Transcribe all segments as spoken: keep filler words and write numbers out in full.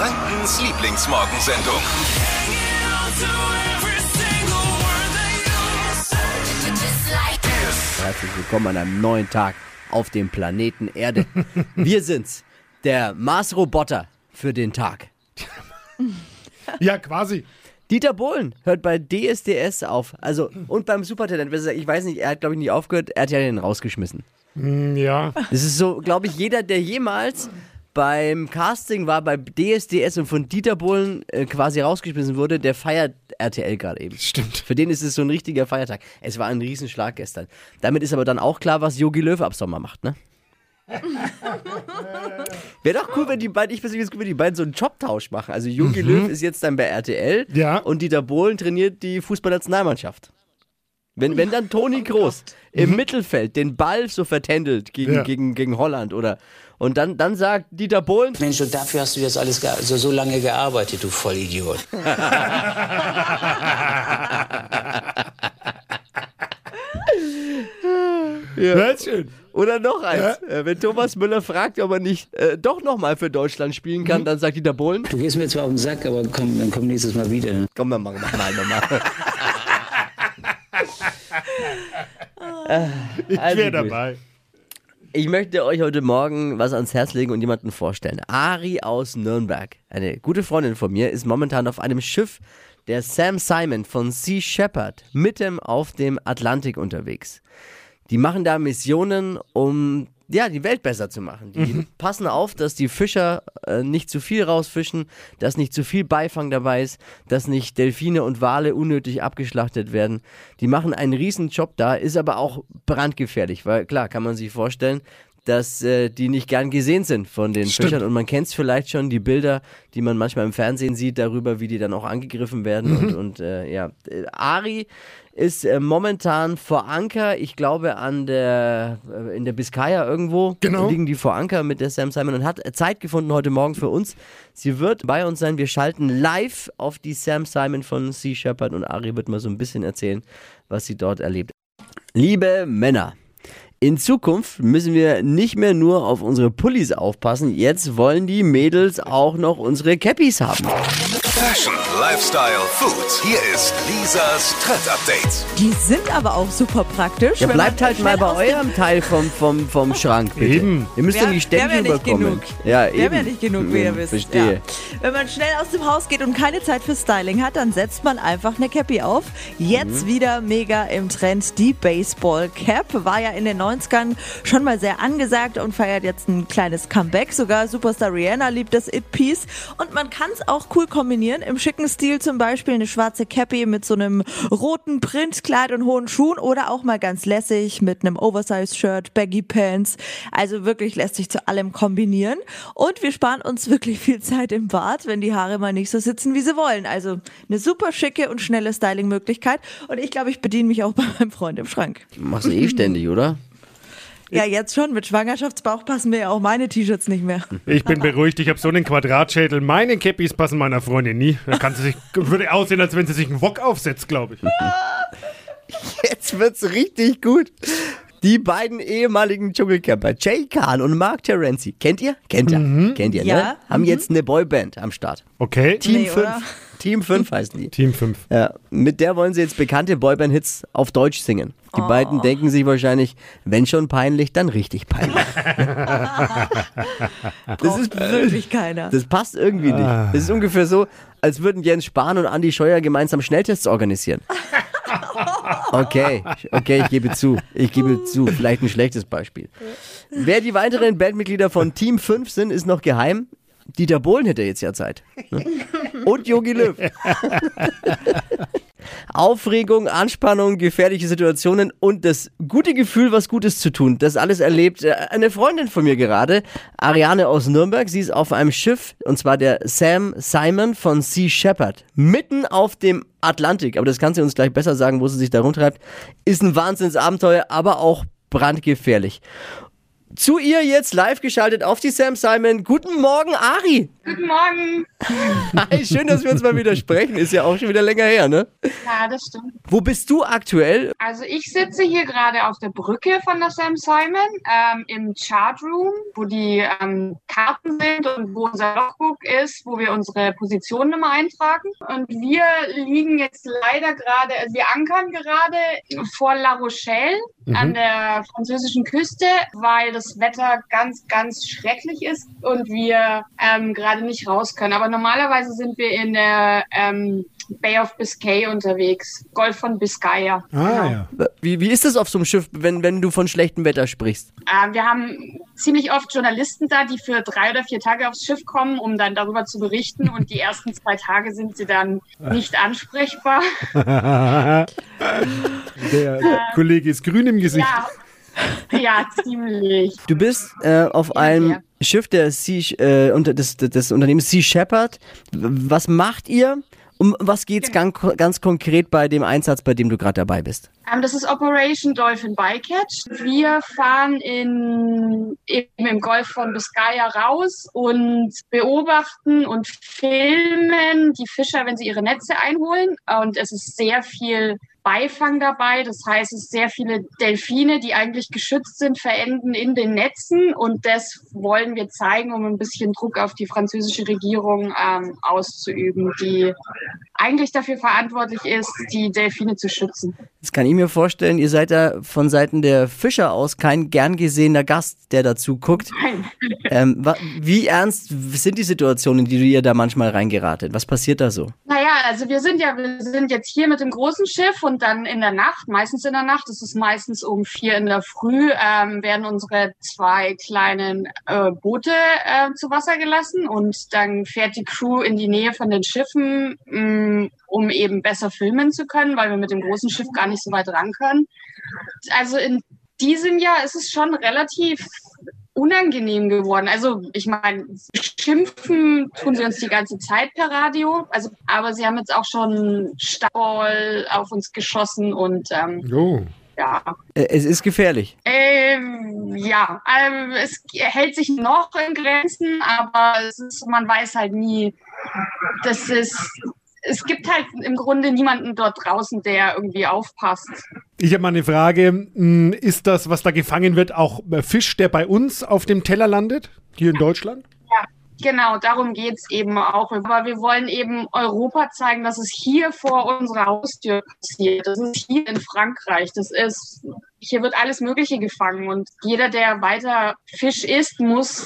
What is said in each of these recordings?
Frankens Lieblingsmorgensendung. Herzlich willkommen an einem neuen Tag auf dem Planeten Erde. Wir sind's, der Mars-Roboter für den Tag. Ja, quasi. Dieter Bohlen hört bei D S D S auf. Also, und beim Supertalent. Ich weiß nicht, er hat, glaube ich, nicht aufgehört. Er hat ja den rausgeschmissen. Mm, ja. Das ist so, glaube ich, jeder, der jemals beim Casting war, bei D S D S und von Dieter Bohlen äh, quasi rausgeschmissen wurde, der feiert R T L gerade eben. Stimmt. Für den ist es so ein richtiger Feiertag. Es war ein Riesenschlag gestern. Damit ist aber dann auch klar, was Jogi Löw ab Sommer macht, ne? Wäre doch cool, wenn die beiden, ich persönlich, wenn die beiden so einen Jobtausch machen. Also Jogi mhm. Löw ist jetzt dann bei R T L ja. und Dieter Bohlen trainiert die Fußballnationalmannschaft. Wenn, wenn dann Toni Kroos im mhm. Mittelfeld den Ball so vertändelt gegen, ja. gegen, gegen Holland oder und dann, dann sagt Dieter Bohlen: Mensch, und dafür hast du jetzt alles ge- also so lange gearbeitet, du Vollidiot. Ja. Schön. Oder noch eins. Ja. Wenn Thomas Müller fragt, ob er nicht äh, doch nochmal für Deutschland spielen kann, mhm. dann sagt Dieter Bohlen: Du gehst mir zwar auf den Sack, aber komm, dann komm nächstes Mal wieder. Ne? Komm, dann machen wir mal nochmal. Ich also wäre dabei. Ich möchte euch heute Morgen was ans Herz legen und jemanden vorstellen. Ari aus Nürnberg, eine gute Freundin von mir, ist momentan auf einem Schiff der Sam Simon von Sea Shepherd mitten auf dem Atlantik unterwegs. Die machen da Missionen, um ja, die Welt besser zu machen. Die mhm. passen auf, dass die Fischer äh, nicht zu viel rausfischen, dass nicht zu viel Beifang dabei ist, dass nicht Delfine und Wale unnötig abgeschlachtet werden. Die machen einen riesen Job da, ist aber auch brandgefährlich, weil klar, kann man sich vorstellen, dass äh, die nicht gern gesehen sind von den Stimmt. Fischern. Und man kennt es vielleicht schon, die Bilder, die man manchmal im Fernsehen sieht, darüber, wie die dann auch angegriffen werden. Mhm. Und, und äh, ja, Ari ist äh, momentan vor Anker, ich glaube an der äh, in der Biskaya irgendwo, genau. liegen die vor Anker mit der Sam Simon und hat Zeit gefunden heute Morgen für uns. Sie wird bei uns sein, wir schalten live auf die Sam Simon von Sea Shepherd und Ari wird mal so ein bisschen erzählen, was sie dort erlebt. Liebe Männer, in Zukunft müssen wir nicht mehr nur auf unsere Pullis aufpassen, jetzt wollen die Mädels auch noch unsere Cappies haben. Fashion, Lifestyle, Food. Hier ist Lisas Trend-Update. Die sind aber auch super praktisch. Ja, bleibt halt mal bei eurem Teil vom, vom, vom Schrank, bitte. Eben. Ihr müsst ja nicht ständig überkommen. Ja, eben. Wir haben ja nicht genug, wie ihr wisst. Verstehe. Ja. Wenn man schnell aus dem Haus geht und keine Zeit für Styling hat, dann setzt man einfach eine Cappy auf. Jetzt mhm. wieder mega im Trend. Die Baseball-Cap war ja in den neunzigern schon mal sehr angesagt und feiert jetzt ein kleines Comeback. Sogar Superstar Rihanna liebt das It-Piece. Und man kann es auch cool kombinieren. Im schicken Stil zum Beispiel eine schwarze Cappy mit so einem roten Printkleid und hohen Schuhen oder auch mal ganz lässig mit einem Oversize-Shirt, Baggy Pants. Also wirklich lässt sich zu allem kombinieren. Und wir sparen uns wirklich viel Zeit im Bad, wenn die Haare mal nicht so sitzen, wie sie wollen. Also eine super schicke und schnelle Styling-Möglichkeit. Und ich glaube, ich bediene mich auch bei meinem Freund im Schrank. Machst du eh ständig, oder? Ja, jetzt schon. Mit Schwangerschaftsbauch passen mir ja auch meine T-Shirts nicht mehr. Ich bin beruhigt, ich habe so einen Quadratschädel. Meine Cappies passen meiner Freundin nie. Da kann sie sich, würde aussehen, als wenn sie sich einen Wok aufsetzt, glaube ich. Jetzt wird's richtig gut. Die beiden ehemaligen Dschungelcamper, Jay Khan und Mark Terenzi, kennt ihr? Kennt ihr? Mhm. Kennt ihr, ja. ne? Haben mhm. jetzt eine Boyband am Start. Okay. Team nee, fünf. Oder? Team fünf heißen die. Team fünf. Ja, mit der wollen sie jetzt bekannte Boyband-Hits auf Deutsch singen. Die oh. beiden denken sich wahrscheinlich, wenn schon peinlich, dann richtig peinlich. Das ist wirklich keiner. Das passt irgendwie nicht. Das ist ungefähr so, als würden Jens Spahn und Andi Scheuer gemeinsam Schnelltests organisieren. Okay, okay, ich gebe zu. Ich gebe zu. Vielleicht ein schlechtes Beispiel. Wer die weiteren Bandmitglieder von Team fünf sind, ist noch geheim. Dieter Bohlen hätte jetzt ja Zeit. Und Jogi Löw. Aufregung, Anspannung, gefährliche Situationen und das gute Gefühl, was Gutes zu tun. Das alles erlebt eine Freundin von mir gerade, Ariane aus Nürnberg. Sie ist auf einem Schiff, und zwar der Sam Simon von Sea Shepherd, mitten auf dem Atlantik. Aber das kann sie uns gleich besser sagen, wo sie sich da rumtreibt. Ist ein Wahnsinnsabenteuer, aber auch brandgefährlich. Zu ihr jetzt live geschaltet auf die Sam Simon. Guten Morgen, Ari. Guten Morgen. Hi, schön, dass wir uns mal wieder sprechen. Ist ja auch schon wieder länger her, ne? Ja, das stimmt. Wo bist du aktuell? Also ich sitze hier gerade auf der Brücke von der Sam Simon ähm, im Chartroom. wo die ähm, Karten sind und wo unser Logbook ist, wo wir unsere Positionen immer eintragen. Und wir liegen jetzt leider gerade, also wir ankern gerade vor La Rochelle mhm. an der französischen Küste, weil das Wetter ganz, ganz schrecklich ist und wir ähm, gerade nicht raus können. Aber normalerweise sind wir in der ähm, Bay of Biscay unterwegs, Golf von Biscaya. Ah, genau. Ja. Wie, wie ist es auf so einem Schiff, wenn, wenn du von schlechtem Wetter sprichst? Ähm, wir haben ziemlich oft Journalisten da, die für drei oder vier Tage aufs Schiff kommen, um dann darüber zu berichten. Und die ersten zwei Tage sind sie dann nicht ansprechbar. Der äh, Kollege ist grün im Gesicht. Ja, ja ziemlich. Du bist äh, auf einem Schiff der sea, äh, unter, des, des Unternehmens Sea Shepherd. Was macht ihr? Um was geht es ganz, ganz konkret bei dem Einsatz, bei dem du gerade dabei bist? Um, das ist Operation Dolphin Bycatch. Wir fahren in, eben im Golf von Biscaya raus und beobachten und filmen die Fischer, wenn sie ihre Netze einholen. Und es ist sehr viel Beifang dabei. Das heißt, es sind sehr viele Delfine, die eigentlich geschützt sind, verenden in den Netzen. Und das wollen wir zeigen, um ein bisschen Druck auf die französische Regierung ähm, auszuüben, die eigentlich dafür verantwortlich ist, die Delfine zu schützen. Das kann ich mir vorstellen. Ihr seid da von Seiten der Fischer aus kein gern gesehener Gast, der dazu guckt. Nein. Ähm, wie ernst sind die Situationen, in die ihr da manchmal reingeratet? Was passiert da so? Naja, also wir sind ja, wir sind jetzt hier mit dem großen Schiff und dann in der Nacht, meistens in der Nacht, das ist meistens um vier in der Früh, ähm, werden unsere zwei kleinen äh, Boote äh, zu Wasser gelassen und dann fährt die Crew in die Nähe von den Schiffen, mh, um eben besser filmen zu können, weil wir mit dem großen Schiff gar nicht so weit ran können. Also in diesem Jahr ist es schon relativ unangenehm geworden. Also ich meine, schimpfen tun sie uns die ganze Zeit per Radio, also aber sie haben jetzt auch schon Stahl auf uns geschossen und ähm, oh. ja. Es ist gefährlich. Ähm, ja, ähm, es hält sich noch in Grenzen, aber es ist, man weiß halt nie, das ist es gibt halt im Grunde niemanden dort draußen, der irgendwie aufpasst. Ich habe mal eine Frage. Ist das, was da gefangen wird, auch Fisch, der bei uns auf dem Teller landet, hier in Deutschland? Ja, genau, darum geht es eben auch. Aber wir wollen eben Europa zeigen, dass es hier vor unserer Haustür passiert. Das ist hier in Frankreich. Das ist, hier wird alles Mögliche gefangen. Und jeder, der weiter Fisch isst, muss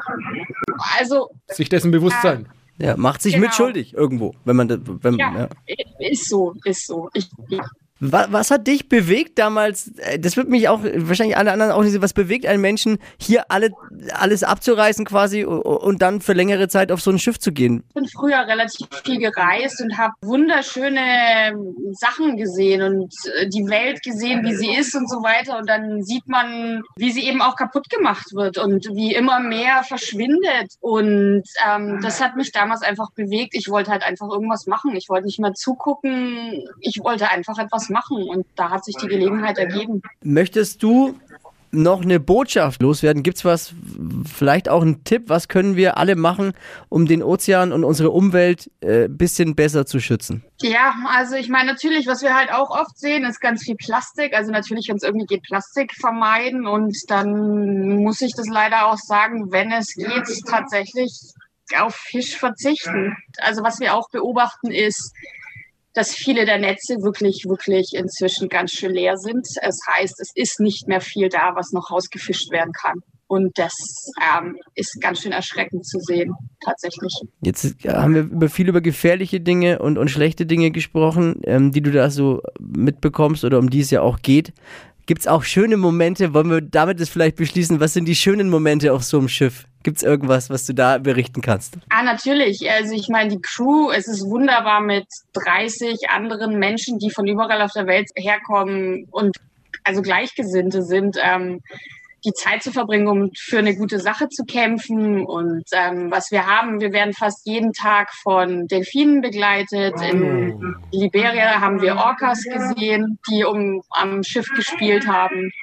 also sich dessen bewusst äh, sein. Ja, macht sich genau. mitschuldig irgendwo, wenn man, wenn, ja, ja. ist so, ist so. Ich, ja. Was, was hat dich bewegt damals? Das wird mich auch, wahrscheinlich alle anderen auch nicht, was bewegt einen Menschen, hier alle, alles abzureißen quasi und dann für längere Zeit auf so ein Schiff zu gehen? Ich bin früher relativ viel gereist und habe wunderschöne Sachen gesehen und die Welt gesehen, wie sie ist und so weiter. Und dann sieht man, wie sie eben auch kaputt gemacht wird und wie immer mehr verschwindet. Und ähm, das hat mich damals einfach bewegt. Ich wollte halt einfach irgendwas machen. Ich wollte nicht mehr zugucken. Ich wollte einfach etwas machen und da hat sich die Gelegenheit ergeben. Möchtest du noch eine Botschaft loswerden? Gibt's was, vielleicht auch einen Tipp, was können wir alle machen, um den Ozean und unsere Umwelt ein äh, bisschen besser zu schützen? Ja, also ich meine natürlich, was wir halt auch oft sehen, ist ganz viel Plastik. Also natürlich, wenn es irgendwie geht, Plastik vermeiden und dann muss ich das leider auch sagen, wenn es geht, tatsächlich auf Fisch verzichten. Also was wir auch beobachten ist, dass viele der Netze wirklich, wirklich inzwischen ganz schön leer sind. Es heißt, es ist nicht mehr viel da, was noch rausgefischt werden kann. Und das ähm, ist ganz schön erschreckend zu sehen, tatsächlich. Jetzt haben wir über viel über gefährliche Dinge und, und schlechte Dinge gesprochen, ähm, die du da so mitbekommst oder um die es ja auch geht. Gibt es auch schöne Momente? Wollen wir damit das vielleicht beschließen? Was sind die schönen Momente auf so einem Schiff? Gibt es irgendwas, was du da berichten kannst? Ah, natürlich. Also ich meine, die Crew, es ist wunderbar mit dreißig anderen Menschen, die von überall auf der Welt herkommen und also Gleichgesinnte sind, ähm, die Zeit zu verbringen, um für eine gute Sache zu kämpfen. Und ähm, was wir haben, wir werden fast jeden Tag von Delfinen begleitet. In Liberia haben wir Orcas gesehen, die um am Schiff gespielt haben.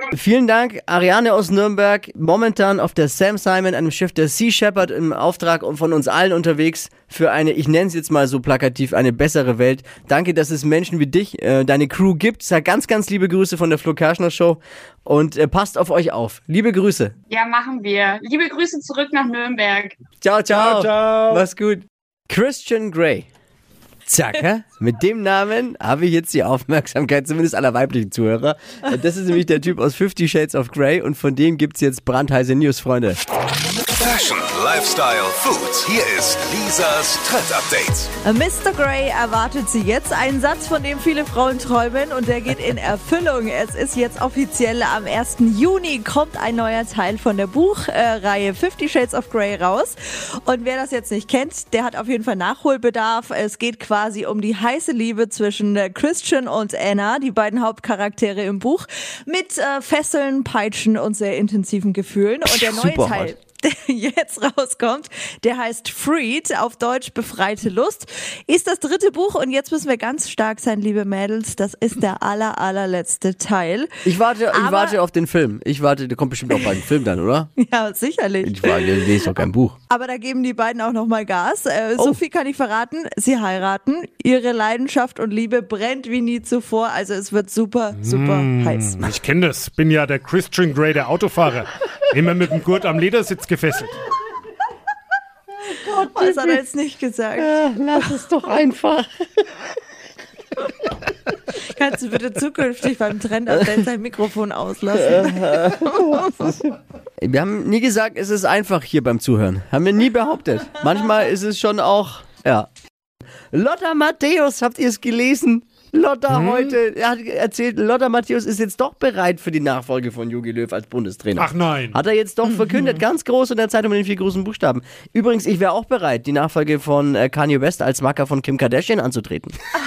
Vielen Dank, Ariane aus Nürnberg, momentan auf der Sam Simon, einem Schiff der Sea Shepherd, im Auftrag von uns allen unterwegs für eine, ich nenne es jetzt mal so plakativ, eine bessere Welt. Danke, dass es Menschen wie dich, äh, deine Crew gibt. Sag ganz, ganz liebe Grüße von der Flo Kerschner Show und äh, passt auf euch auf. Liebe Grüße. Ja, machen wir. Liebe Grüße zurück nach Nürnberg. Ciao, ciao. Ciao, ciao. Mach's gut. Christian Grey. Zack, hä? Mit dem Namen habe ich jetzt die Aufmerksamkeit, zumindest aller weiblichen Zuhörer. Das ist nämlich der Typ aus Fifty Shades of Grey und von dem gibt's jetzt brandheiße News, Freunde. Fashion, Lifestyle, Food. Hier ist Lisas Trend Update. Mister Grey erwartet sie jetzt. Ein Satz, von dem viele Frauen träumen und der geht in Erfüllung. Es ist jetzt offiziell, am ersten Juni kommt ein neuer Teil von der Buchreihe Fifty Shades of Grey raus. Und wer das jetzt nicht kennt, der hat auf jeden Fall Nachholbedarf. Es geht quasi um die heiße Liebe zwischen Christian und Anna, die beiden Hauptcharaktere im Buch, mit äh, Fesseln, Peitschen und sehr intensiven Gefühlen. Und der neue Super Teil, hot. der jetzt rauskommt, der heißt Freed, auf Deutsch befreite Lust, ist das dritte Buch und jetzt müssen wir ganz stark sein, liebe Mädels, das ist der aller, allerletzte Teil. Ich warte, ich Aber- warte auf den Film. Ich warte, der kommt bestimmt auch bald ein Film dann, oder? Ja, sicherlich. Ich warte, ich lese doch kein Buch. Aber da geben die beiden auch nochmal Gas. Äh, Oh. So viel kann ich verraten, sie heiraten, ihre Leidenschaft und Liebe brennt wie nie zuvor, also es wird super, super heiß. Ich kenne das. Bin ja der Christian Grey, der Autofahrer. Immer mit dem Gurt am Ledersitz gefesselt. Was hat er jetzt nicht gesagt? Lass es doch einfach. Kannst du bitte zukünftig beim Trend-Update sein Mikrofon auslassen? Wir haben nie gesagt, es ist einfach hier beim Zuhören. Haben wir nie behauptet. Manchmal ist es schon auch, ja. Lothar Matthäus, habt ihr es gelesen? Lothar Hm? heute, er hat erzählt, Lothar Matthäus ist jetzt doch bereit für die Nachfolge von Jogi Löw als Bundestrainer. Ach nein. Hat er jetzt doch verkündet, ganz groß in der Zeitung mit den vier großen Buchstaben. Übrigens, ich wäre auch bereit, die Nachfolge von äh, Kanye West als Macker von Kim Kardashian anzutreten.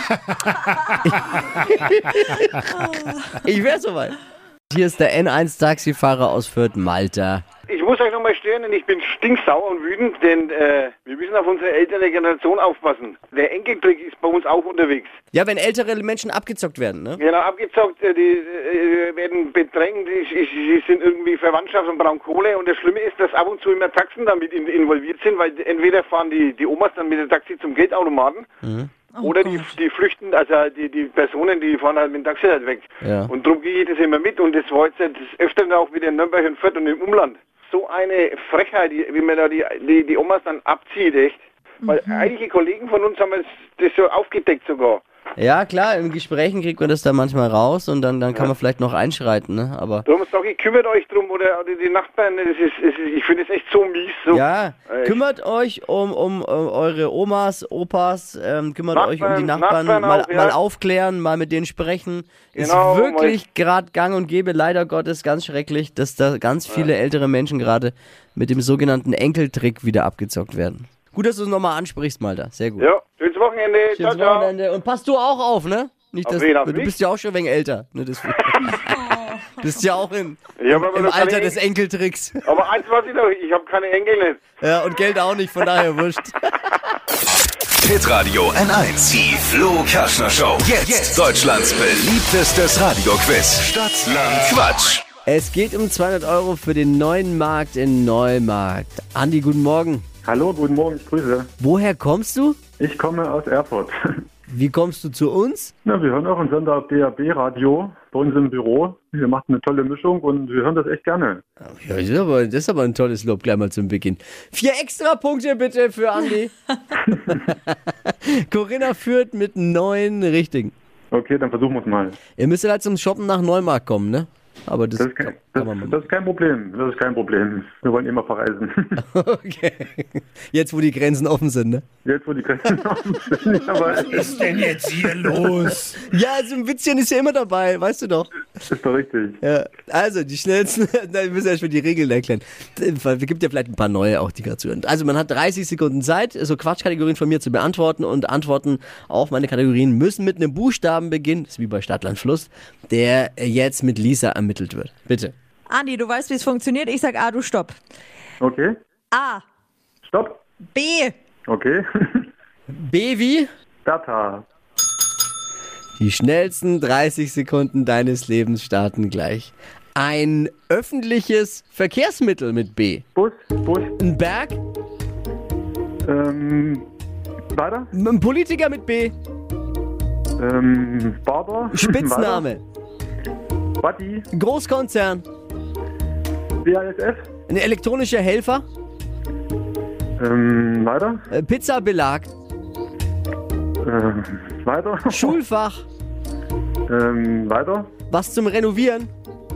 Ich wäre soweit. Hier ist der N eins Taxifahrer aus Fürth, Malta. Ich muss euch nochmal stören, denn ich bin stinksauer und wütend, denn äh, wir müssen auf unsere ältere Generation aufpassen. Der Enkeltrick ist bei uns auch unterwegs. Ja, wenn ältere Menschen abgezockt werden, ne? Genau, abgezockt, äh, die äh, werden bedrängt, die, die, die sind irgendwie Verwandtschaft und brauchen Kohle. Und das Schlimme ist, dass ab und zu immer Taxen damit in, involviert sind, weil entweder fahren die, die Omas dann mit dem Taxi zum Geldautomaten. Mhm. Oder die, die flüchten, also die, die Personen, die fahren halt mit dem Taxi halt weg. Ja. Und darum gehe ich das immer mit. Und das war jetzt das Öfteren auch wieder in Nürnberg und Fürth und im Umland. So eine Frechheit, die, wie man da die, die, die Omas dann abzieht, echt. Weil einige Kollegen von uns haben das, das so aufgedeckt sogar. Ja, klar, in Gesprächen kriegt man das dann manchmal raus und dann, dann kann man vielleicht noch einschreiten, ne? Aber Darum sage ich, kümmert euch drum oder, oder die Nachbarn, das ist, das ist, ich finde es echt so mies. So. ja, Echt. kümmert euch um, um, um eure Omas, Opas, ähm, kümmert Nachbarn, euch um die Nachbarn, Nachbarn mal, auch, ja. mal aufklären, mal mit denen sprechen. Genau, ist wirklich gerade gang und gäbe, leider Gottes, ganz schrecklich, dass da ganz viele ältere Menschen gerade mit dem sogenannten Enkeltrick wieder abgezockt werden. Gut, dass du es nochmal ansprichst, Malta. Sehr gut. Ja, schönes Wochenende. Ciao, Schönes ciao. Wochenende. Und passt du auch auf, ne? Nicht, Auf dass, wen, auf du mich? bist ja auch schon ein wenig älter. Ne? Das, bist ja auch in, Ja, aber im das kann Alter ich- des Enkeltricks. Aber eins weiß ich noch, ich habe keine Enkel nicht. Ja, und Geld auch nicht, von daher wurscht. Hitradio N eins. Die Flo Kerschner Show. Jetzt, Deutschlands beliebtestes Radioquiz. Stadt, Land, Quatsch. Es geht um zweihundert Euro für den neuen Markt in Neumarkt. Andi, guten Morgen. Hallo, guten Morgen, ich grüße. Woher kommst du? Ich komme aus Erfurt. Wie kommst du zu uns? Na, wir hören auch einen Sender auf D A B-Radio bei uns im Büro. Wir machen eine tolle Mischung und wir hören das echt gerne. Ja, das ist aber, das ist aber ein tolles Lob gleich mal zum Beginn. Vier extra Punkte bitte für Andi. Corinna führt mit neun Richtigen. Okay, dann versuchen wir es mal. Ihr müsst halt zum Shoppen nach Neumarkt kommen, ne? Aber das, Das ist, kann, kein, kann das, man machen. das ist kein Problem. Das ist kein Problem. Wir wollen immer verreisen. Okay. Jetzt, wo die Grenzen offen sind, ne? Jetzt, wo die Grenzen offen sind. Aber Was ist denn jetzt hier los? Ja, also ein Witzchen ist ja immer dabei, weißt du doch. ist doch richtig. Ja, also die schnellsten, na, wir müssen erstmal die Regeln erklären. Es gibt ja vielleicht ein paar neue auch, die gerade zuhören. Also man hat dreißig Sekunden Zeit, so Quatschkategorien von mir zu beantworten und Antworten auf meine Kategorien müssen mit einem Buchstaben beginnen, das ist wie bei Stadt, Land, Fluss, der jetzt mit Lisa ermittelt wird. Bitte. Andi, du weißt, wie es funktioniert. Ich sag A, du stopp. Okay, A, stopp. B, Okay. B wie? Bertha. Die schnellsten dreißig Sekunden deines Lebens starten gleich. Ein öffentliches Verkehrsmittel mit B. Bus, Bus, Ein Berg. ähm, weiter, Ein Politiker mit B. ähm, Barber, Spitzname. weiter. Buddy, Großkonzern. B A S F, Ein elektronischer Helfer. ähm, weiter, Äh, Pizzabelag. ähm, weiter, Schulfach. ähm, weiter, Was zum Renovieren.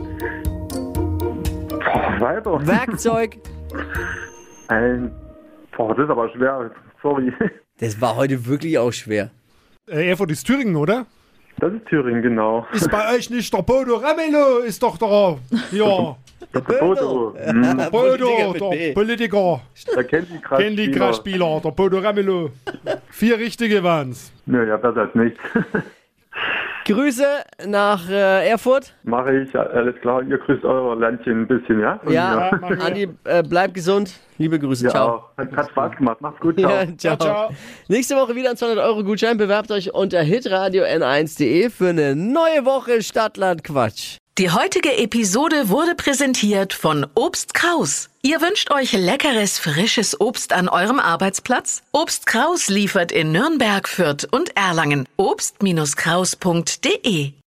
boah, weiter. Werkzeug. Ein, boah, das ist aber schwer, sorry. Das war heute wirklich auch schwer. Äh, Erfurt ist Thüringen, oder? Das ist Thüringen, genau. Ist bei euch nicht der Bodo Ramelow? Ist doch der, ja, Der Bodo, hm, Bodo, Politiker mit B. der Politiker, der Candy Crush Candy Crush Spieler, der Bodo Ramelow. Vier richtige waren's. Naja, besser als nichts. Grüße nach äh, Erfurt. Mache ich, alles klar. Ihr grüßt euer Landchen ein bisschen, ja? Von Ja, Ja, mach ich. Andi, äh, bleib gesund. Liebe Grüße. mir. Ciao. Ja, auch. Hat, hat Spaß gemacht. Macht's gut, ciao. Ja, ciao. Ciao, ciao. Nächste Woche wieder ein zweihundert Euro Gutschein. Bewerbt euch unter hitradio n eins punkt de für eine neue Woche Stadtland Quatsch. Die heutige Episode wurde präsentiert von Obst Kraus. Ihr wünscht euch leckeres, frisches Obst an eurem Arbeitsplatz? Obst Kraus liefert in Nürnberg, Fürth und Erlangen. obst Kraus punkt de